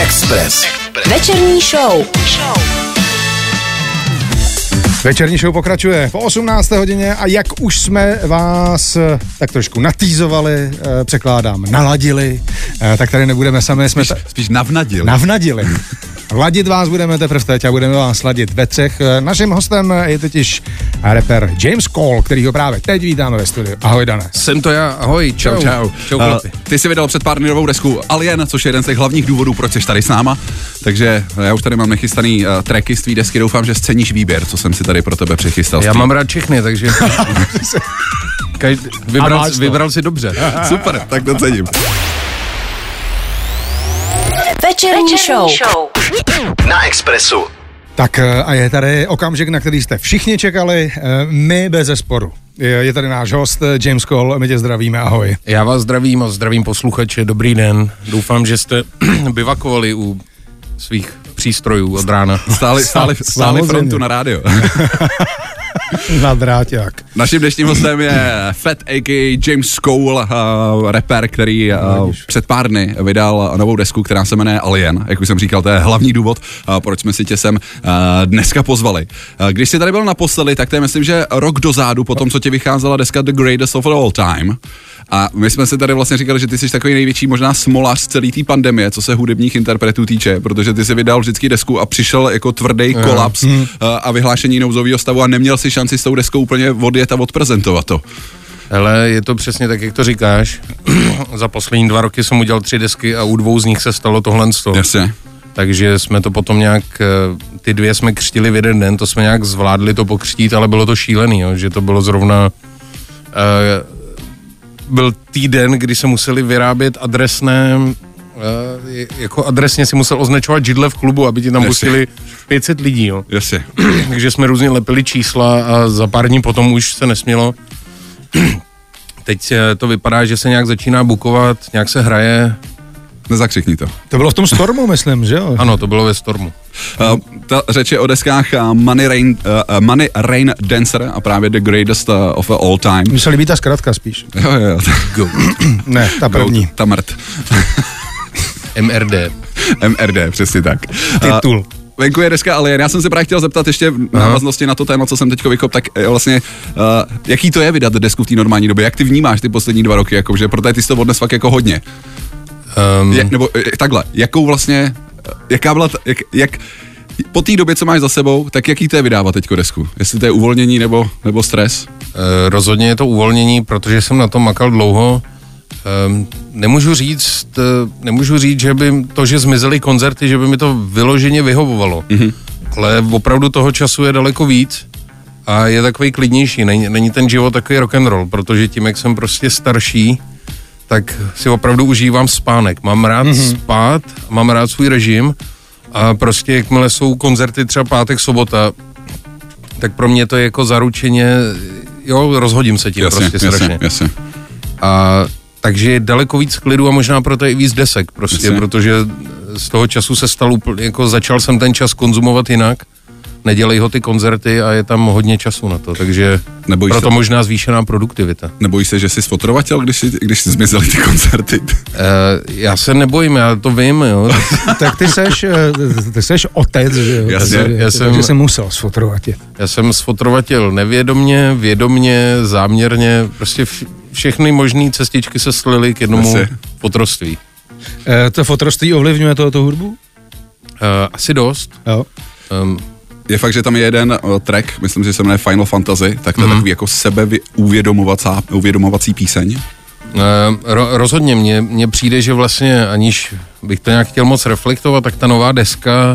Express. Večerní show. Večerní show pokračuje po 18. hodině a jak už jsme vás tak trošku natýzovali, překládám, naladili, tak tady nebudeme sami. Spíš navnadili. Navnadili. Ladit vás budeme teprve teď a budeme vás ladit ve třech. Naším hostem je totiž rapper James Cole, kterýho právě teď vítáme ve studiu. Ahoj, Dane. Jsem to já, ahoj, čau. Čau, ty jsi vydal před pár dny novou desku Alien, což je jeden z těch hlavních důvodů, proč jsi tady s náma. Takže já už tady mám nechystaný tracky z tvý desky, doufám, že sceníš výběr, co jsem si tady pro tebe přichystal. Já mám rád všechny, takže vybral si dobře. Super, tak to cením. Večerní show. Na Expressu. Tak a je tady okamžik, na který jste všichni čekali, my bezesporu. Je tady náš host James Cole, my tě zdravíme, ahoj. Já vás zdravím a zdravím posluchače, dobrý den. Doufám, že jste bivakovali u svých přístrojů od rána. Stáli frontu na rádio. Na dráťák. Naším dnešním hostem je Fat a.k.a. James Cole, rapper, který před pár dny vydal novou desku, která se jmenuje Alien. Jak už jsem říkal, to je hlavní důvod, proč jsme si tě sem dneska pozvali. Když jsi tady byl naposledy, tak to je myslím, že rok dozadu, po tom, co ti vycházela deska The Greatest of All Time. A my jsme si tady vlastně říkali, že ty jsi takový největší možná smolař celý té pandemie, co se hudebních interpretů týče, protože ty si vydal vždycky desku a přišel jako tvrdý kolaps a vyhlášení nouzového stavu a neměl si šanci s tou deskou úplně odjet a odprezentovat to. Hele, je to přesně tak, jak to říkáš. Za poslední 2 roky jsem udělal 3 desky a u 2 z nich se stalo tohle. Jasně. Takže jsme to potom nějak, ty 2 jsme křtili v jeden den, to jsme nějak zvládli to pokřtít, ale bylo to šílený, jo, že to bylo zrovna... byl týden, kdy se museli vyrábět adresné, jako adresně si musel označovat židle v klubu, aby ti tam pustili 500 lidí, jo. Jasně. Takže jsme různě lepili čísla a za pár dní potom už se nesmělo. Teď to vypadá, že se nějak začíná bukovat, nějak se hraje. Nezakřikni to. To bylo v tom Stormu, myslím, že jo? Ano, to bylo ve Stormu. Ta řeč je o deskách Money Rain Dancer a právě The Greatest of All Time. Mně se líbí ta zkratka spíš. Jo. Go. Ne, ta první. Ta mrt. MRD, přesně tak. Titul. Venku je deska Alien. Já jsem se právě chtěl zeptat ještě v návaznosti na to téma, co jsem teďko vykop, tak vlastně, jaký to je vydat desku v té normální době? Jak ty vnímáš ty poslední 2 roky? Jakože, protože ty jsi to odnes fakt jako hodně. Nebo takhle, jakou vlastně, jaká byla, jak po té době, co máš za sebou, tak jaký to je vydávat teďko desku? Jestli to je uvolnění nebo stres? Rozhodně je to uvolnění, protože jsem na tom makal dlouho. Nemůžu říct, že by to, že zmizely koncerty, že by mi to vyloženě vyhovovalo. Ale opravdu toho času je daleko víc a je takový klidnější. Není ten život takový rock'n'roll, protože tím, jak jsem prostě starší, tak si opravdu užívám spánek. Mám rád spát, mám rád svůj režim a prostě jakmile jsou koncerty třeba pátek, sobota, tak pro mě to je jako zaručeně, jo, rozhodím se tím prostě strašně. Jasně. A takže je daleko víc klidu a možná proto i víc desek prostě, protože z toho času se stalo úplně, jako začal jsem ten čas konzumovat jinak, nedělej ho ty koncerty a je tam hodně času na to, takže proto možná zvýšená produktivita. Nebojíš se, že jsi sfotorovatel, když zmizely ty koncerty? Já se nebojím, já to vím, jo. Tak ty seš otec, že jo? Jasně. Takže jsi musel sfotorovatit. Já jsem sfotorovatil nevědomně, vědomně, záměrně, prostě všechny možné cestičky se slily k jednomu fotroství. To fotroství ovlivňuje tohoto hudbu? Asi dost. Jo. Je fakt, že tam je jeden track, myslím, že se jmenuje Final Fantasy, tak to je takový jako uvědomovací píseň. Rozhodně, mně přijde, že vlastně, aniž bych to nějak chtěl moc reflektovat, tak ta nová deska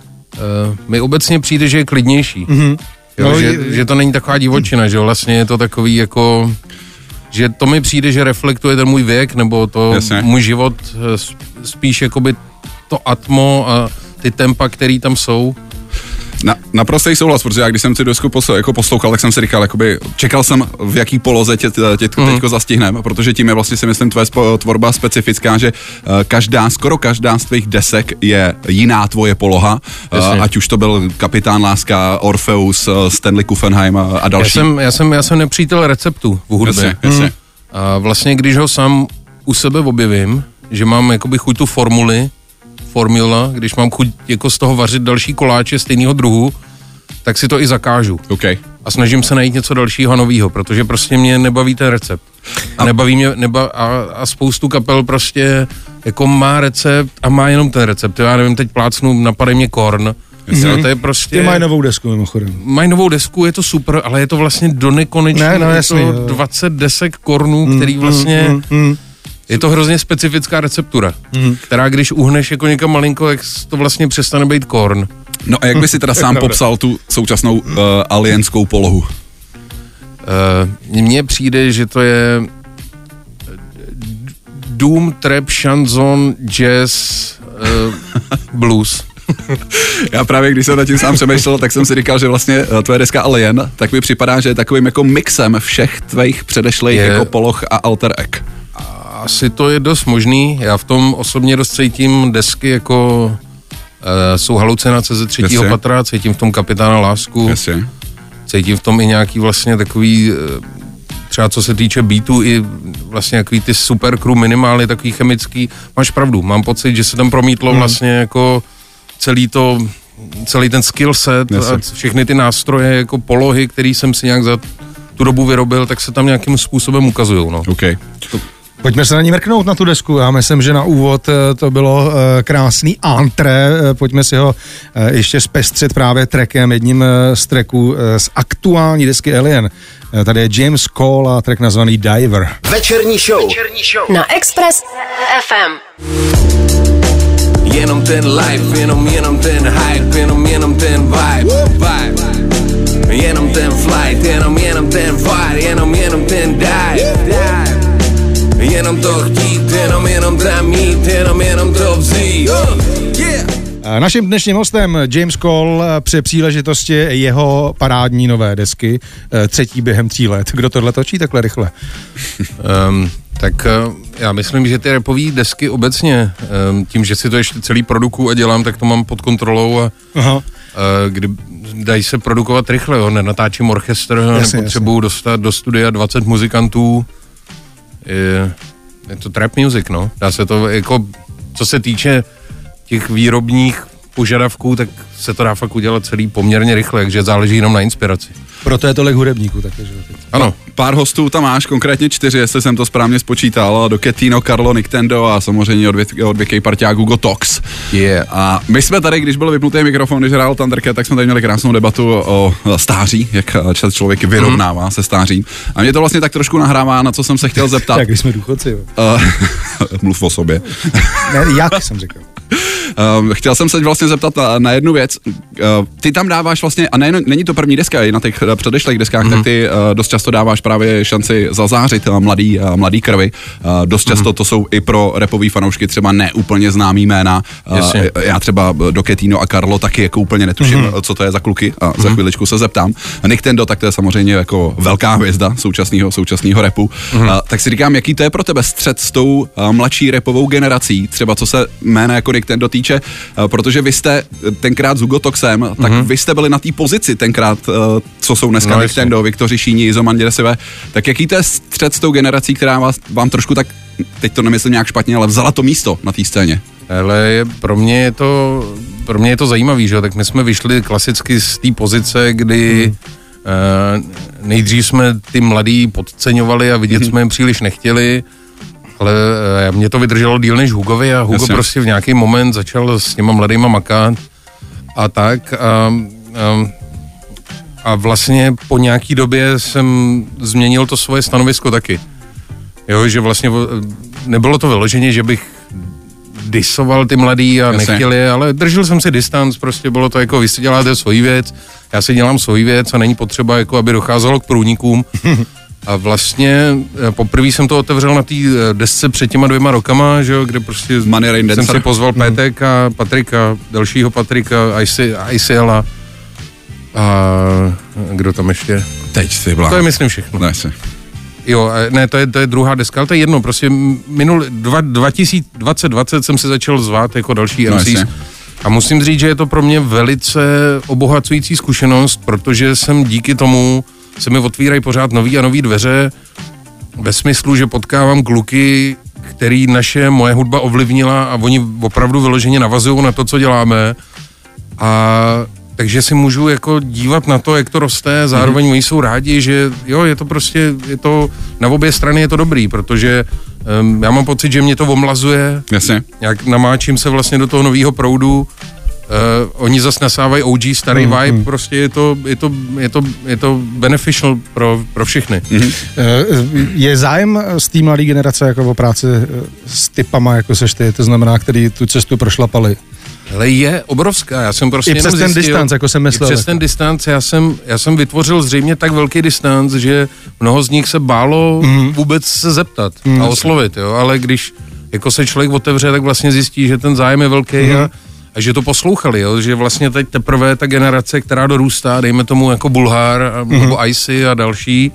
mi obecně přijde, že je klidnější. Jo, že to není taková divočina, že vlastně je to takový jako... Že to mi přijde, že reflektuje ten můj věk, nebo to můj život, spíš jakoby to atmo a ty tempa, který tam jsou. Naprostý souhlas, protože já když jsem si desku jako poslouchal, tak jsem si říkal, jakoby, čekal jsem, v jaký poloze tě teďko zastihneme, protože tím je vlastně si myslím tvoje tvorba specifická, že skoro každá z tvých desek je jiná tvoje poloha, ať už to byl Kapitán Láska, Orpheus, Stanley Kuffenheim a další. Já jsem nepřítel receptu v hudbě. Jasně. A vlastně když ho sám u sebe objevím, že mám jakoby chuť tu formuli formula, když mám chuť jako z toho vařit další koláče stejného druhu, tak si to i zakážu. Okay. A snažím se najít něco dalšího novýho, protože prostě mě nebaví ten recept. A nebaví mě, a spoustu kapel prostě jako má recept a má jenom ten recept. Já nevím, teď plácnu, napadej mě Korn. To je prostě... Ty mají novou desku mimochodem. Mají novou desku, je to super, ale je to vlastně do nekonečna. Je to 20 desek Kornů, který vlastně... Je to hrozně specifická receptura, která když uhneš jako někam malinko, jak to vlastně přestane být Korn. No a jak by si teda sám popsal tu současnou alienskou polohu? Mně přijde, že to je doom, trap, chanson, jazz, blues. Já právě, když jsem nad tím sám přemýšlel, tak jsem si říkal, že vlastně tvoje deska Alien, tak mi připadá, že je takovým jako mixem všech tvých předešlých jako poloh a alter egg. Asi to je dost možný. Já v tom osobně dost cítím desky jako jsou halucinace ze 3. patra, cítím v tom Kapitána Lásku. Jasně. Cítím v tom i nějaký vlastně takový, třeba co se týče beatů, i vlastně takový ty super crew minimálně takový chemický. Máš pravdu, mám pocit, že se tam promítlo vlastně jako celý ten skill set a všechny ty nástroje, jako polohy, který jsem si nějak za tu dobu vyrobil, tak se tam nějakým způsobem ukazujou. No. Okay. Pojďme se na ní mrknout, na tu desku. Já myslím, že na úvod to bylo krásný entré. Pojďme si ho ještě zpestřit právě trackem, jedním z tracků z aktuální desky Alien. Tady je James Cole a track nazvaný Diver. Večerní show. Na Express FM. Jenom ten life, jenom ten hype, jenom ten vibe. Jenom ten flight, jenom ten fire, jenom ten dive. Jenom to chtít, jenom tam mít, jenom to vzít. Naším dnešním hostem James Cole při příležitosti jeho parádní nové desky, 3. během 3 let. Kdo tohle točí takhle rychle? Tak já myslím, že ty rapové desky obecně, tím, že si to ještě celý produkuju a dělám, tak to mám pod kontrolou a kdy dají se produkovat rychle, jo, nenatáčím orchestr, nepotřebuju dostat do studia 20 muzikantů, je to trap music, no. Dá se to jako, co se týče těch výrobních požadavků, tak se to dá fakt udělat celý poměrně rychle, takže záleží jenom na inspiraci. Proto je tolik hudebníků také, že? Ano. Pár hostů tam máš, konkrétně 4, jestli jsem to správně spočítal, Doketino, Karlo, Nicktendo a samozřejmě od Vicky parťák Hugo Tox. Yeah. A my jsme tady, když byl vypnutý mikrofon, když hrál Thundercat, tak jsme tady měli krásnou debatu o stáří, jak člověk vyrovnává se stářím. A mě to vlastně tak trošku nahrává, na co jsem se chtěl zeptat. Jak když jsme důchodci, jo. Mluv o sobě. Ne, jak jsem řekl. Chtěl jsem se vlastně zeptat na jednu věc. Ty tam dáváš vlastně, a není to první deska, i na těch předešlých deskách, tak ty dost často dáváš právě šanci zazářit mladý krvi. Dost často to jsou i pro rapový fanoušky třeba neúplně známý jména. Já třeba Doketino a Karlo taky jako úplně netuším, co to je za kluky a za chviličku se zeptám. Nicktendo, tak to je samozřejmě jako velká hvězda současného rapu. Tak si říkám, jaký to je pro tebe střet s tou mladší rapovou generací, třeba co se jména jako Nicktendo týče, protože vy jste tenkrát s Hugo Toxem, tak vy jste byli na té pozici tenkrát, co jsou dneska Nicktendo, Viktoři Šíni, Izoman Dědesivé. Tak jaký to je střet s tou generací, která vám trošku tak, teď to nemyslím nějak špatně, ale vzala to místo na té scéně? Ale pro mě je to zajímavý, že jo, tak my jsme vyšli klasicky z té pozice, kdy nejdřív jsme ty mladý podceňovali a vidět jsme je příliš nechtěli, ale mě to vydrželo díl než Hugovi a Hugo prostě v nějaký moment začal s těma mladýma makat a tak a vlastně po nějaký době jsem změnil to svoje stanovisko taky. Jo, že vlastně nebylo to vyloženě, že bych disoval ty mladý a nechtěl je, ale držel jsem si distanc, prostě bylo to jako, vy si děláte svoji věc, já si dělám svoji věc a není potřeba jako, aby docházelo k průnikům. A vlastně poprvé jsem to otevřel na té desce před těma 2 rokama, že jo, kde prostě jsem si pozval Pétek a Patrika, dalšího Patrika, ICL a kdo tam ještě? Teď si byla. To je myslím všechno. Jo, ne, to je druhá deska, ale to je jedno, prostě 2020 jsem si začal zvát jako další MCs. A musím říct, že je to pro mě velice obohacující zkušenost, protože jsem díky tomu se mi otvírají pořád nový a nový dveře ve smyslu, že potkávám kluky, který moje hudba ovlivnila a oni opravdu vyloženě navazují na to, co děláme. A takže si můžu jako dívat na to, jak to roste, zároveň oni jsou rádi, že jo, je to na obě strany je to dobrý, protože já mám pocit, že mě to omlazuje. Jasně. Jak namáčím se vlastně do toho nového proudu, oni zase nasávají OG starý vibe, prostě je to beneficial pro všechny. Je zájem z té mladé generace jako o práci s typama, jako seš ty, to znamená, který tu cestu prošlapali? Ale je obrovská, já jsem prostě i přes ten distanc, jako jsem myslel. I přes ten distanc, já jsem vytvořil zřejmě tak velký distanc, že mnoho z nich se bálo vůbec se zeptat a oslovit, jo, ale když jako se člověk otevře, tak vlastně zjistí, že ten zájem je velký a že to poslouchali, jo, že vlastně teď teprve ta generace, která dorůstá, dejme tomu jako Bulhar nebo Icy a další,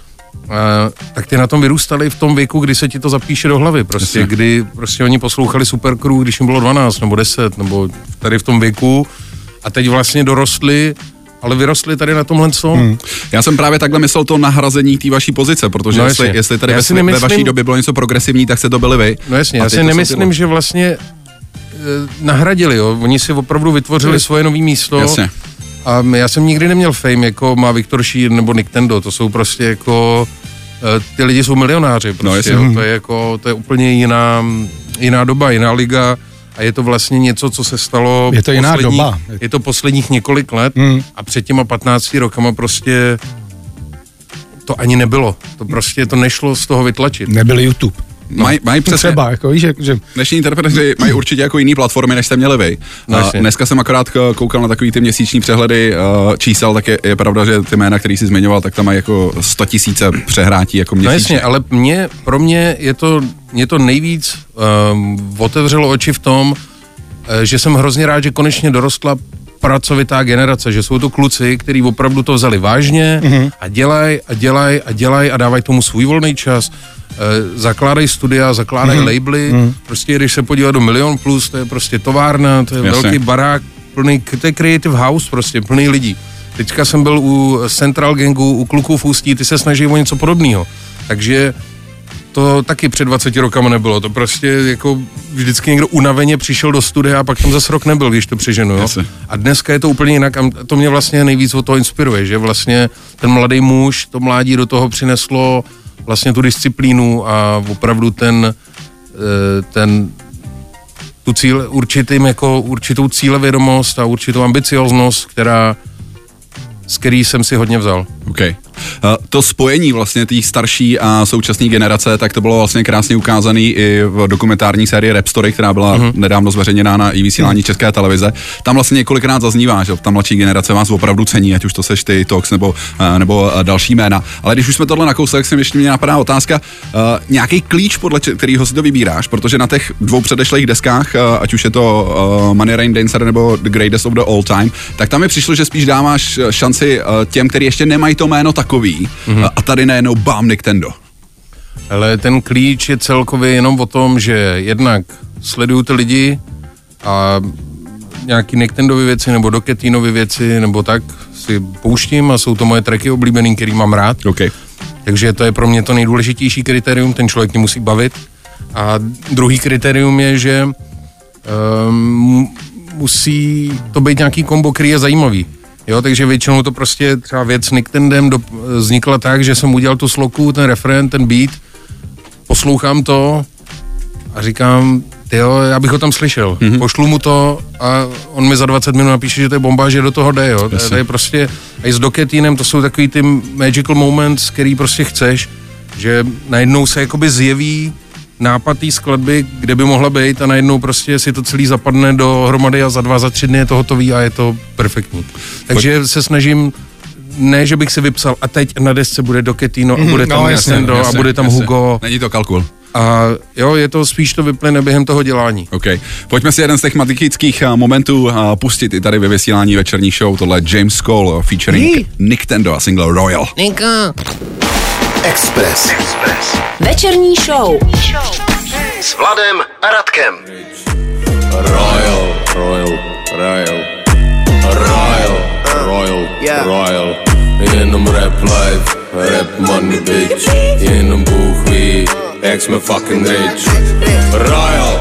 tak ty na tom vyrůstali v tom věku, kdy se ti to zapíše do hlavy, prostě, kdy prostě oni poslouchali Supercrew, když jim bylo 12 nebo 10, nebo tady v tom věku a teď vlastně dorostli, ale vyrostli tady na tomhle tom. Já jsem právě takhle myslel to nahrazení té vaší pozice, protože jestli tady ve vaší době bylo něco progresivní, tak se to byli vy. No jasně, já si nemyslím, že vlastně nahradili, jo, oni si opravdu vytvořili svoje nový místo. Jasně. A já jsem nikdy neměl fame, jako má Viktor Šír nebo Nintendo, to jsou prostě jako, ty lidi jsou milionáři, prostě, no, to je úplně jiná doba, jiná liga a je to vlastně něco, co se stalo je to jiná doba. Je to posledních několik let a před těma 15 rokama prostě to ani nebylo, to prostě to nešlo z toho vytlačit. Nebyl YouTube. Mají přesně. Třeba, jako víš, že... Dnešní interprety mají určitě jako jiný platformy, než jste měli vy. Dneska jsem akorát koukal na takový ty měsíční přehledy čísel, tak je pravda, že ty jména, který jsi zmiňoval, tak tam mají jako 100 000 přehrátí jako měsíčně. No jasně, ale pro mě mě to nejvíc otevřelo oči v tom, že jsem hrozně rád, že konečně dorostla pracovitá generace, že jsou to kluci, kteří opravdu to vzali vážně a dělají a dávají tomu svůj volný čas. Zakládají studia, zakládají labely, prostě když se podívat do Milion Plus, to je prostě továrna, to je velký barák, to je creative house, prostě plný lidí. Teďka jsem byl u Central Gangu, u kluků v Ústí, ty se snaží o něco podobného. Takže to taky před 20 rokama nebylo, to prostě jako vždycky někdo unaveně přišel do studia a pak tam zase rok nebyl, když to přeženu, jo. A dneska je to úplně jinak a to mě vlastně nejvíc od toho inspiruje, že vlastně ten mladý muž, to mládí do toho přineslo vlastně tu disciplínu a opravdu tu cíl určitou cílevědomost a určitou ambicioznost, z který jsem si hodně vzal. Okay. To spojení vlastně té starší a současné generace, tak to bylo vlastně krásně ukázané i v dokumentární sérii Rap Story, která byla nedávno zveřejněná na vysílání České televize. Tam vlastně několikrát zaznívá, že ta mladší generace vás opravdu cení, ať už to seš ty, Tox nebo další jména. Ale když už jsme tohle nakousli, tak se ještě mě napadá otázka, nějaký klíč, podle kterého si to vybíráš, protože na těch dvou předešlých deskách, ať už je to Money Rain Dancer nebo The Greatest of the All Time, tak tam mi přišlo, že spíš dáváš šanci těm, kteří ještě nemají to jméno takový a tady nejenom bám Nintendo. Ale ten klíč je celkově jenom o tom, že jednak sleduju ty lidi a nějaký Nintendovy věci nebo Doketinovy věci nebo tak si pouštím a jsou to moje tracky oblíbený, který mám rád. Okay. Takže to je pro mě to nejdůležitější kritérium, ten člověk mě musí bavit. A druhý kritérium je, že musí to být nějaký kombo, který je zajímavý. Jo, takže většinou to prostě třeba věc s Nintendem vznikla tak, že jsem udělal tu sloku, ten refrén, ten beat, poslouchám to a říkám, jo, já bych ho tam slyšel. Pošlu mu to a on mi za 20 minut napíše, že to je bomba, že do toho jde, jo. To je prostě, a i s Doketinem, to jsou takový ty magical moments, který prostě chceš, že najednou se jakoby zjeví nápad té skladby, kde by mohla být a najednou prostě si to celý zapadne dohromady a za 2, za 3 dny je to hotový a je to perfektní. Takže se snažím, ne, že bych si vypsal a teď na desce bude Doketino a bude tam Nintendo a bude tam Hugo. Není to kalkul. A jo, je to spíš to vyplyne během toho dělání. OK. Pojďme si jeden z těch magických momentů pustit i tady ve vysílání večerní show. Tohle James Cole featuring Nintendo a single Royal. Express. Večerní show. S Vladem a Radkem. Royal. Jenom rap life, rap money bitch. Jenom bůh ví, jak jsme fucking rich. Royal.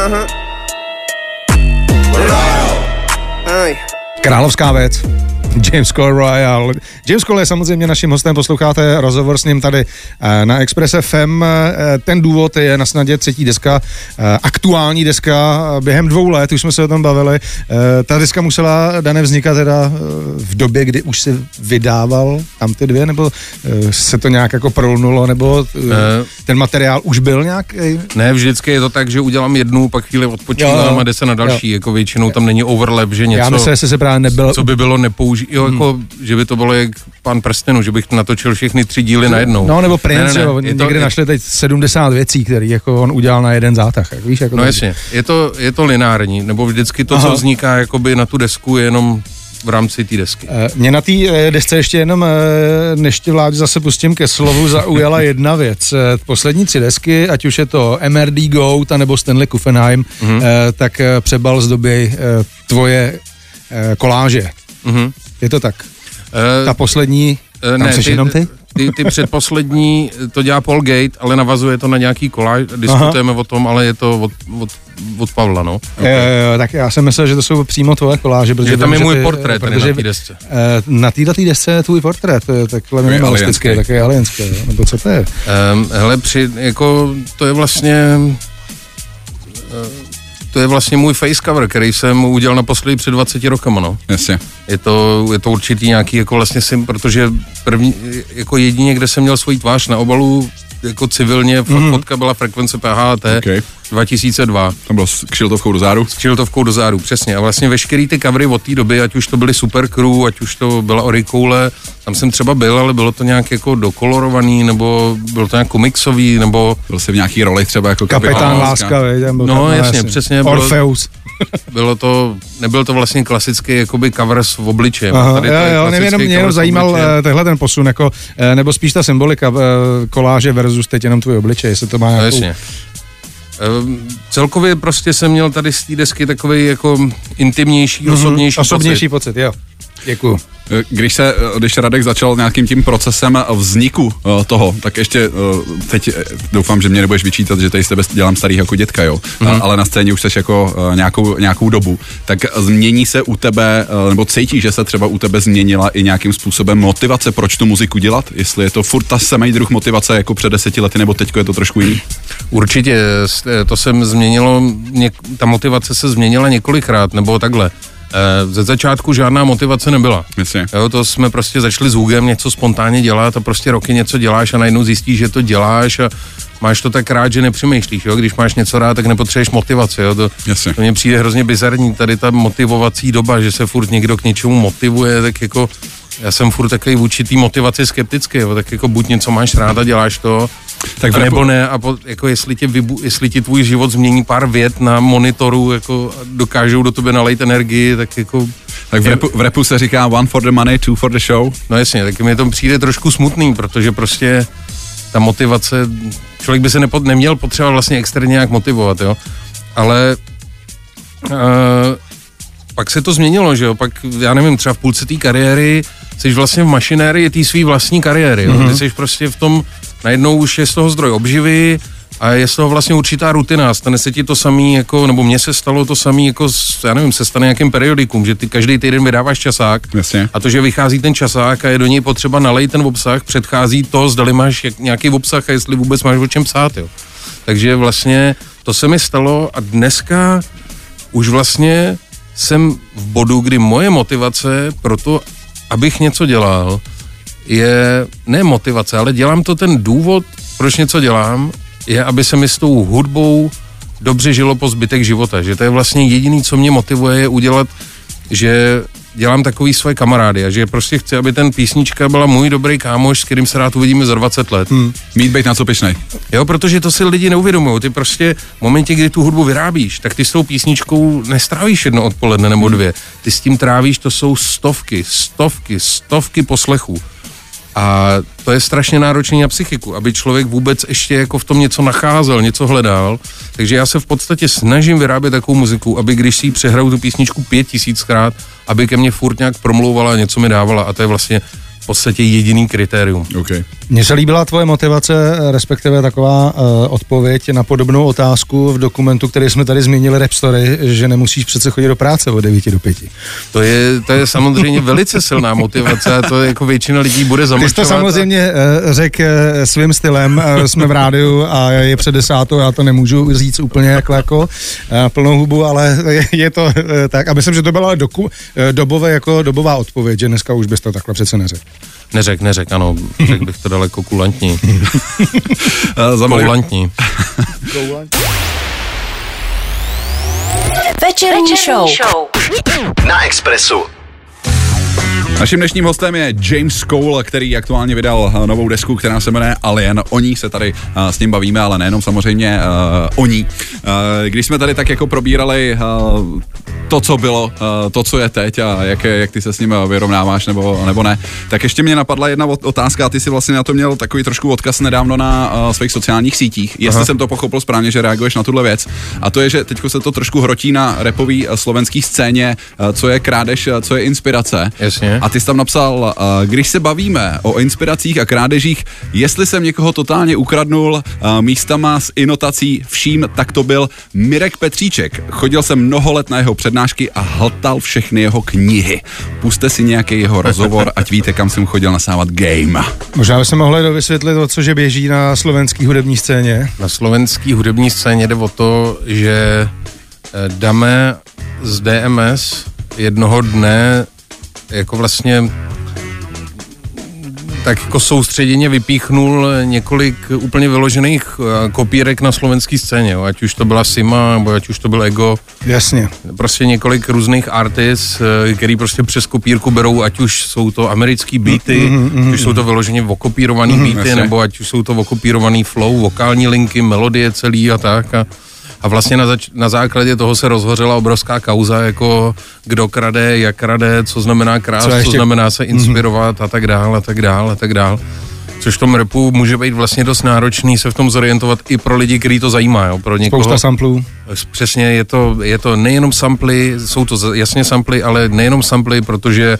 Royal. Královská věc. James Cole Royal. James Cole je samozřejmě naším hostem, posloucháte rozhovor s ním tady na Express FM. Ten důvod je na snadě třetí deska, aktuální deska během 2 let, už jsme se o tom bavili. Ta deska musela, Dane, vznikat teda v době, kdy už si vydával tam ty 2, nebo se to nějak jako prolnulo, nebo ten materiál už byl nějak? Ne, vždycky je to tak, že udělám jednu, pak chvíli odpočívám a jde se na další, jako většinou tam není overlap, že něco, já myslím, že se právě nebyl... co by bylo jo, jako, že by to bylo jak Pán prstenů, že bych natočil všechny 3 díly najednou. No, nebo Prince, jo, někde našli teď 70 věcí, které jako on udělal na jeden zátah, jak víš? Jako no jasně, je to lineární, nebo vždycky to, co vzniká jakoby na tu desku, je jenom v rámci té desky. Mě na té desce ještě jenom, než tě Vládě zase pustím ke slovu, zaujala jedna věc. Poslední 3 desky, ať už je to MRD Goat, nebo Stanley Kuffenheim, tak přebal z doby tvoje koláže. Je to tak? Ta poslední, tam seš jenom ty? Ty předposlední, to dělá Paul Gate, ale navazuje to na nějaký koláž, diskutujeme o tom, ale je to od Pavla, no. Okay. Tak já jsem myslel, že to jsou přímo tvoje koláže, protože tam je můj portrét, protože na té desce. Na této desce je tvůj portrét, to je takhle minimalistické, také alienské, nebo co to je? Hele, to je vlastně můj face cover, který jsem udělal naposledy před 20 rokama, no. Jasně. Je to určitý nějaký jako vlastně protože první, jako jedině, kde jsem měl svoji tvář na obalu, jako civilně, fotka byla Frekvence PHT 2002. Tam bylo s kšiltovkou do záru? S kšiltovkou do záru, přesně. A vlastně veškerý ty covery od té doby, ať už to byly Super Crew, ať už to byla Orikoule, tam jsem třeba byl, ale bylo to nějak jako dokolorovaný, nebo bylo to nějak komiksový, nebo... Byl jsi v nějaký roli třeba jako Kapitán Láska, no jasně, přesně. Orfeus. Nebyl to vlastně klasický jakoby cover s obličejem. Mě jenom zajímal tenhle ten posun, jako, nebo spíš ta symbolika koláže versus teď jenom tvůj obličej, jestli to má nějakou... Jasně. Celkově prostě jsem měl tady z té desky takový jako intimnější, osobnější pocit, jo. Děkuju. Když Radek začal nějakým tím procesem vzniku toho, tak ještě teď doufám, že mě nebudeš vyčítat, že tady s tebe dělám starý jako dětka, jo. Ale na scéně už seš jako nějakou dobu. Tak změní se u tebe, nebo cítíš, že se třeba u tebe změnila i nějakým způsobem motivace, proč tu muziku dělat? Jestli je to furt ta samý druh motivace jako před 10 lety, nebo teďko je to trošku jiný? Určitě, to se změnilo, ta motivace se změnila několikrát, nebo takhle. Ze začátku žádná motivace nebyla. Jo, to jsme prostě začali s Hugem něco spontánně dělat a prostě roky něco děláš a najednou zjistíš, že to děláš a máš to tak rád, že nepřemýšlíš, jo? Když máš něco rád, tak nepotřebuješ motivaci, jo? To mně přijde hrozně bizarní, tady ta motivovací doba, že se furt někdo k něčemu motivuje, tak jako já jsem furt takový vůči té motivaci skeptický, jo? Tak jako buď něco máš rád a děláš to, tak nebo ne, a jako jestli ti tvůj život změní pár vět na monitoru, jako dokážou do tebe nalejt energii, tak jako... Tak v rapu se říká one for the money, two for the show. No jasně, tak mi to přijde trošku smutný, protože prostě ta motivace, člověk by se neměl potřebovat vlastně externě nějak motivovat, jo, ale pak se to změnilo, že jo, pak já nevím, třeba v půlce té kariéry jsi vlastně v mašinérii té svý vlastní kariéry, jo, ty jsi prostě v tom, najednou už je z toho zdroj obživy a je z toho vlastně určitá rutina, stane se ti to samý, jako, nebo mně se stalo to samý, jako, já nevím, se stane nějakým periodikum, že ty každý týden vydáváš časák. Jasně. A to, že vychází ten časák a je do něj potřeba nalejt ten obsah, předchází to, zdali máš nějaký obsah a jestli vůbec máš o čem psát, jo. Takže vlastně to se mi stalo a dneska už vlastně jsem v bodu, kdy moje motivace pro to, abych něco dělal, je ne motivace, ale dělám to, ten důvod, proč něco dělám, je, aby se mi s tou hudbou dobře žilo po zbytek života, že to je vlastně jediný, co mě motivuje, je udělat, že dělám takový svoje kamarády a že prostě chci, aby ten písnička byla můj dobrý kámoš, s kterým se rád uvidíme za 20 let. Mít být na co pyšnej. Jo, protože to si lidi neuvědomují. Ty prostě v momentě, kdy tu hudbu vyrábíš, tak ty s tou písničkou nestrávíš jedno odpoledne nebo 2. Ty s tím trávíš, to jsou stovky poslechů. A to je strašně náročný na psychiku, aby člověk vůbec ještě jako v tom něco nacházel, něco hledal. Takže já se v podstatě snažím vyrábět takovou muziku, aby když si přehraju tu písničku 5000krát, aby ke mně furt nějak promlouvala a něco mi dávala. A to je vlastně v podstatě jediný kritérium. Okay. Mně se líbila tvoje motivace, respektive taková odpověď na podobnou otázku v dokumentu, který jsme tady zmínili, Rap Story, že nemusíš přece chodit do práce od 9 do 5. To je samozřejmě velice silná motivace a to jako většina lidí bude zamlčovat. Ty jsi to samozřejmě řekl svým stylem, jsme v rádiu a je před 10, já to nemůžu říct úplně jako plnou hubu, ale je to tak. A myslím, že to byla dobová odpověď, že dneska už bys to takhle přece neřekl. Neřek, ano, řekl bych to daleko kulantní. Koulantní. Večerní show. Na Expressu. Naším dnešním hostem je James Cole, který aktuálně vydal novou desku, která se jmenuje Alien. O ní se tady s ním bavíme, ale nejenom samozřejmě o ní. Když jsme tady tak jako probírali to, co bylo, to, co je teď a jak ty se s ním vyrovnáváš nebo ne, tak ještě mě napadla jedna otázka a ty si vlastně na to měl takový trošku odkaz nedávno na svých sociálních sítích. Jestli jsem to pochopil správně, že reaguješ na tuhle věc. A to je, že teďko se to trošku hrotí na rapový slovenský scéně, co je krádež, co je inspirace. Jasně. A ty jsi tam napsal, když se bavíme o inspiracích a krádežích, jestli jsem někoho totálně ukradnul místama s inotací vším, tak to byl Mirek Petříček. Chodil jsem mnoho let na jeho přednášky a hltal všechny jeho knihy. Puste si nějaký jeho rozhovor, ať víte, kam jsem chodil nasávat game. Možná bychom mohli dovysvětlit o co, že běží na slovenský hudební scéně. Na slovenský hudební scéně jde o to, že Dame z DMS jednoho dne jako vlastně tak jako soustředěně vypíchnul několik úplně vyložených kopírek na slovenské scéně, jo. Ať už to byla Sima, nebo ať už to byl Ego. Jasně. Prostě několik různých artist, který prostě přes kopírku berou, ať už jsou to americký beaty, ať už jsou to vyloženě okopírovaný beaty, nebo ať už jsou to okopírovaný flow, vokální linky, melodie celý a tak. A vlastně na základě toho se rozhořela obrovská kauza, jako kdo krade, jak krade, co znamená krást, co znamená se inspirovat a tak dál, a tak dál, a tak dál. Což v tom rapu může být vlastně dost náročný se v tom zorientovat i pro lidi, který to zajímá, jo, pro někoho. Spousta samplů. Přesně, je to nejenom samply, jsou to jasně samply, ale nejenom samply, protože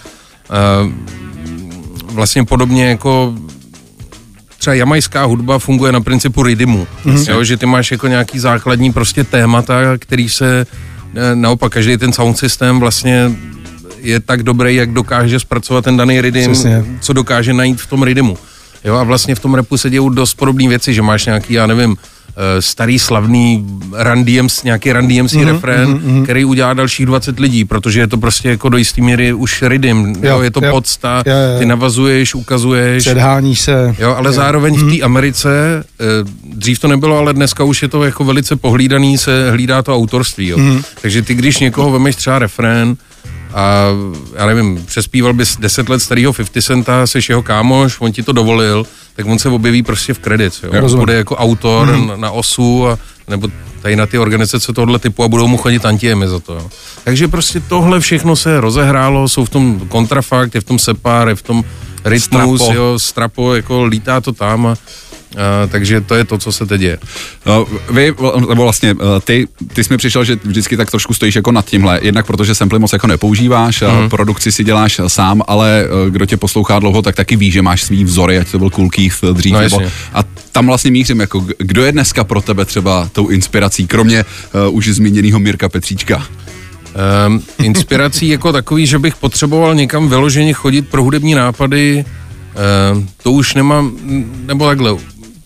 vlastně podobně jako třeba jamajská hudba funguje na principu rytmu, jo, že ty máš jako nějaký základní prostě témata, který se naopak každý ten sound systém vlastně je tak dobrý, jak dokáže zpracovat ten daný rytm, co dokáže najít v tom rytmu. Jo, a vlastně v tom rapu se dějou dost podobné věci, že máš nějaký, já nevím, starý slavný nějaký Run DMC refrén, který udělá dalších 20 lidí, protože je to prostě jako do jistý míry už rhythm, jo, je to podsta, ty navazuješ, ukazuješ. Předhání se. Jo, ale zároveň v té Americe, dřív to nebylo, ale dneska už je to jako velice pohlídaný, se hlídá to autorství, jo. Takže ty, když někoho vemeš třeba refrén, a já nevím, přespíval bys 10 let starého 50 Centa, seš jeho kámoš, on ti to dovolil, tak on se objeví prostě v credits, jo. Bude jako autor na osu, nebo tady na ty organizace tohohle typu a budou mu chodit tantiemy za to, jo. Takže prostě tohle všechno se rozehrálo, jsou v tom kontrafakt, je v tom separ, je v tom rytmus, strapo, jako lítá to tam takže to je to, co se teď děje. Nebo vlastně ty jsi mi přišel, že vždycky tak trošku stojíš jako nad tímhle, jednak protože samply moc jako nepoužíváš, produkci si děláš sám, ale kdo tě poslouchá dlouho, tak taky ví, že máš svý vzory, ať to byl Kool Keith dřív, nebo, a tam vlastně mířím, jako kdo je dneska pro tebe třeba tou inspirací, kromě už zmíněného Mirka Petříčka? Inspirací jako takový, že bych potřeboval někam vyloženě chodit pro hudební nápady, to už nemám, nebo takhle,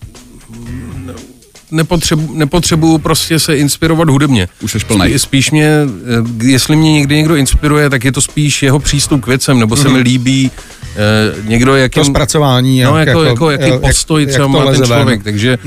nepotřebuju prostě se inspirovat hudebně. Už jsi plnej. Spíš jestli mě někdy někdo inspiruje, tak je to spíš jeho přístup k věcem, nebo se mi líbí někdo, jakým... To zpracování. No, jaký postoj třeba má ten člověk, takže...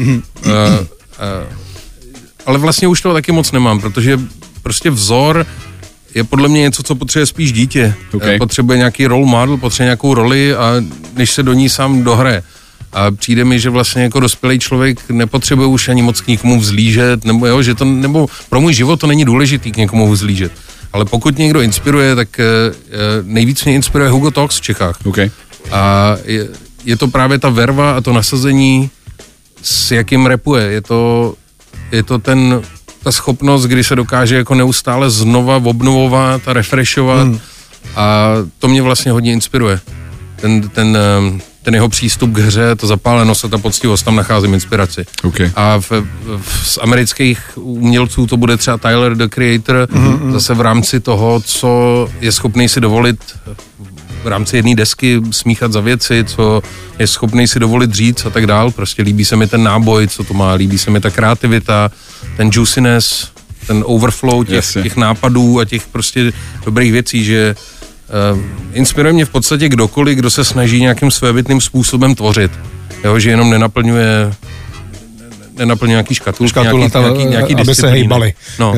ale vlastně už to taky moc nemám, protože prostě vzor je podle mě něco, co potřebuje spíš dítě. Okay. Potřebuje nějaký role model, potřebuje nějakou roli a než se do ní sám dohraje. A přijde mi, že vlastně jako dospělý člověk nepotřebuje už ani moc k někomu vzlížet, nebo pro můj život to není důležitý k někomu vzlížet. Ale pokud někdo inspiruje, tak nejvíc mě inspiruje Hugo Talks v Čechách. Okay. A je to právě ta verva a to nasazení, s jakým rapuje. Je to ta schopnost, kdy se dokáže jako neustále znova obnovovat a refreshovat a to mě vlastně hodně inspiruje. ten jeho přístup k hře, to zapálenost a ta poctivost, tam nacházím inspiraci. Okay. A z amerických umělců to bude třeba Tyler, the Creator, zase v rámci toho, co je schopný si dovolit v rámci jedné desky smíchat za věci, co je schopný si dovolit říct a tak dál. Prostě líbí se mi ten náboj, co to má, líbí se mi ta kreativita, ten juiciness, ten overflow těch nápadů a těch prostě dobrých věcí, že inspiruje mě v podstatě kdokoliv, kdo se snaží nějakým svébytným způsobem tvořit. Jo, že jenom nenaplňuje nějaký škatulky, nějaký aby se hejbali. No.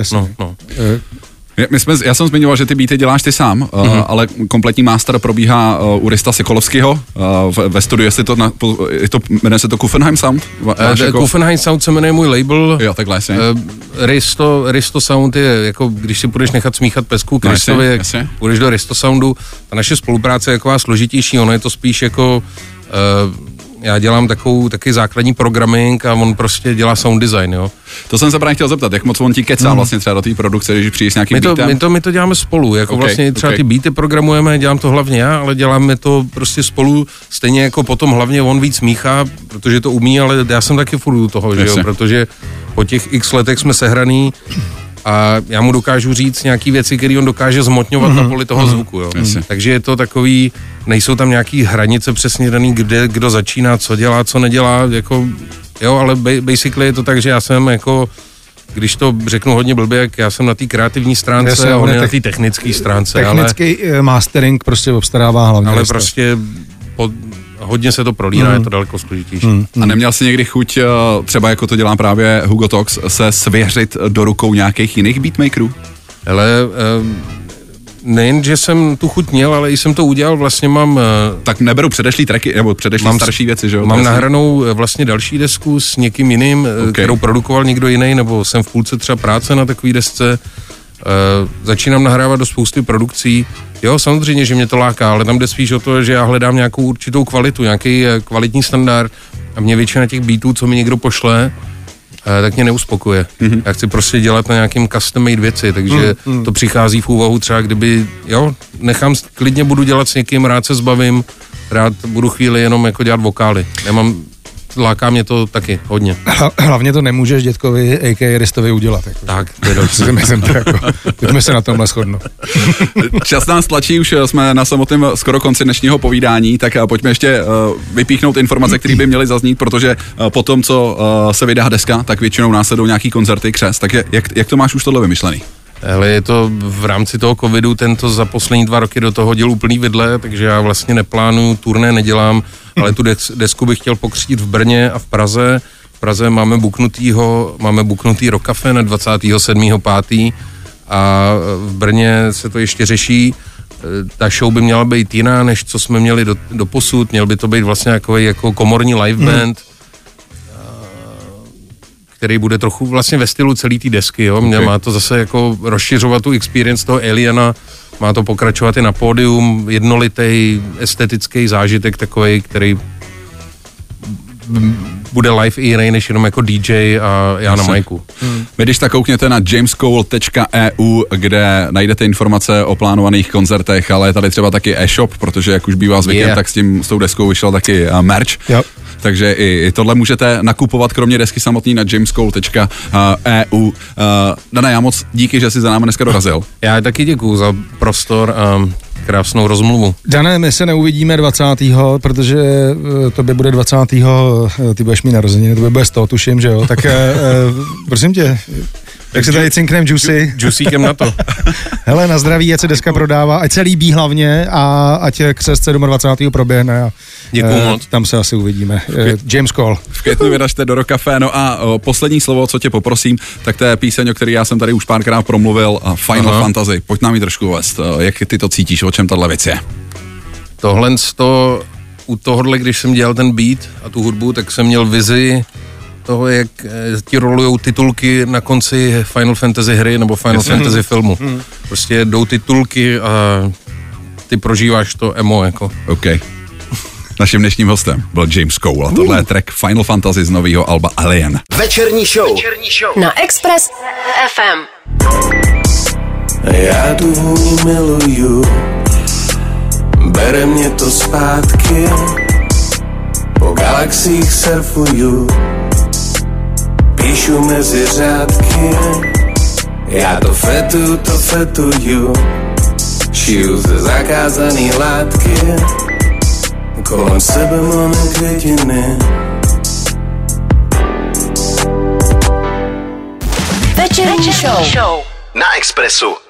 Já jsem zmiňoval, že ty beaty děláš ty sám, ale kompletní master probíhá u Rista Sikolovského ve studiu, jestli jmenuje se to Kuffenheim Sound? Kuffenheim Sound se jmenuje můj label. Jo, takhle jasně. Risto Sound je, jako když si půjdeš nechat smíchat pesku k Ristovi, půjdeš do Risto Soundu. Ta naše spolupráce je taková složitější, ono je to spíš jako... Já dělám taky základní programming a on prostě dělá sound design, jo. To jsem se právě chtěl zeptat, jak moc on ti kecá vlastně třeba do té produkce, když přijdeš s nějakým beatem? My to děláme spolu, jako vlastně třeba ty beaty programujeme, dělám to hlavně já, ale děláme to prostě spolu, stejně jako potom hlavně on víc míchá, protože to umí, ale já jsem taky furt u toho, že jo, protože po těch x letech jsme sehraný a já mu dokážu říct nějaký věci, které on dokáže zmotňovat na poli toho zvuku, jo. Takže je to takový, nejsou tam nějaký hranice přesně daný, kde kdo začíná, co dělá, co nedělá, jako, jo, ale basically je to tak, že já jsem jako, když to řeknu hodně blbě, jak já jsem na té kreativní stránce a on je na té technické stránce. Technický mastering prostě obstarává hlavně. Ale prostě hodně se to prolíná, je to daleko složitější. A neměl jsi někdy chuť, třeba jako to dělá právě Hugo Tox, se svěřit do rukou nějakých jiných beatmakerů? Hele, nejen, že jsem tu chuť měl, ale i jsem to udělal, vlastně mám... Tak neberu předešlý tracky, nebo předešlý starší věci, že jo? Mám nahranou vlastně další desku s někým jiným, kterou produkoval někdo jiný, nebo jsem v půlce třeba práce na takové desce. Začínám nahrávat do spousty produkcí. Jo, samozřejmě, že mě to láká, ale tam jde spíš o to, že já hledám nějakou určitou kvalitu, nějaký kvalitní standard a mě většina těch beatů, co mi někdo pošle, tak mě neuspokuje. Já chci prostě dělat na nějakým custom-made věci, takže to přichází v úvahu třeba, kdyby, jo, klidně budu dělat s někým, rád se zbavím, rád budu chvíli jenom jako dělat vokály. Láká mě to taky hodně. Hlavně to nemůžeš dětkovi, a.k.a. Ristovi udělat. Jako. Tak, to je dobře. Pojďme se na tomhle shodnout. Čas nás tlačí, už jsme na samotném skoro konci dnešního povídání, tak pojďme ještě vypíchnout informace, které by měly zaznít, protože po tom, co se vydá deska, tak většinou následují nějaký koncerty, křest. Tak jak to máš už tohle vymyšlený? Hele, je to v rámci toho covidu, tento za poslední 2 roky do toho hodil úplný vidle, takže já vlastně neplánuju, turné nedělám, ale tu desku bych chtěl pokřtít v Brně a v Praze. V Praze máme buknutý Rock Café na 27.5. a v Brně se to ještě řeší. Ta show by měla být jiná, než co jsme měli do posud. Měl by to být vlastně jako komorní live band, který bude trochu vlastně ve stylu celý té desky, jo. Má to zase jako rozšiřovat tu experience toho Aliena, má to pokračovat i na pódium, jednolitý estetický zážitek takovej, který bude live i jiný, než jenom jako DJ a já na majku. Vy když tak koukněte na jamescole.eu, kde najdete informace o plánovaných koncertech, ale je tady třeba taky e-shop, protože jak už bývá zvykem, tak s tou deskou vyšel taky merch. Jo. Takže i tohle můžete nakupovat, kromě desky samotný na jamescole.eu. Dana, já moc díky, že jsi za námi dneska dorazil. Já taky děkuju za prostor a krásnou rozmluvu. Dané, my se neuvidíme 20. protože to by bude 20. ty budeš mít narozeniny, to by bude 100, tuším, že jo? Tak prosím tě, jak se tady cinknem Juicíkem na to. Hele, na zdraví, ať se deska prodává, ať se líbí hlavně a ať křest 27. proběhne a děkuju moc. Tam se asi uvidíme. James Cole. V květnu vydažte do Rock Café. No a poslední slovo, co tě poprosím, tak to je píseň, o který já jsem tady už párkrát promluvil, Final Fantasy. Pojď nám ji trošku uvést. Jak ty to cítíš, o čem tahle věc je? U tohohle, když jsem dělal ten beat a tu hudbu, tak jsem měl vizi toho, jak ti rolujou titulky na konci Final Fantasy hry nebo Final Fantasy filmu. Prostě jdou titulky a ty prožíváš to emo, jako. OK. Naším dnešním hostem byl James Cole a tohle je track Final Fantasy z nového alba Alien. Večerní show na Express FM. Já tu vůni miluju, bere mě to zpátky, po galaxiích surfuju, píšu mezi řádky, já to fetuju, šiju ze zakázaný látky, kolem sebe máme květiny. Večerní show Na Expressu.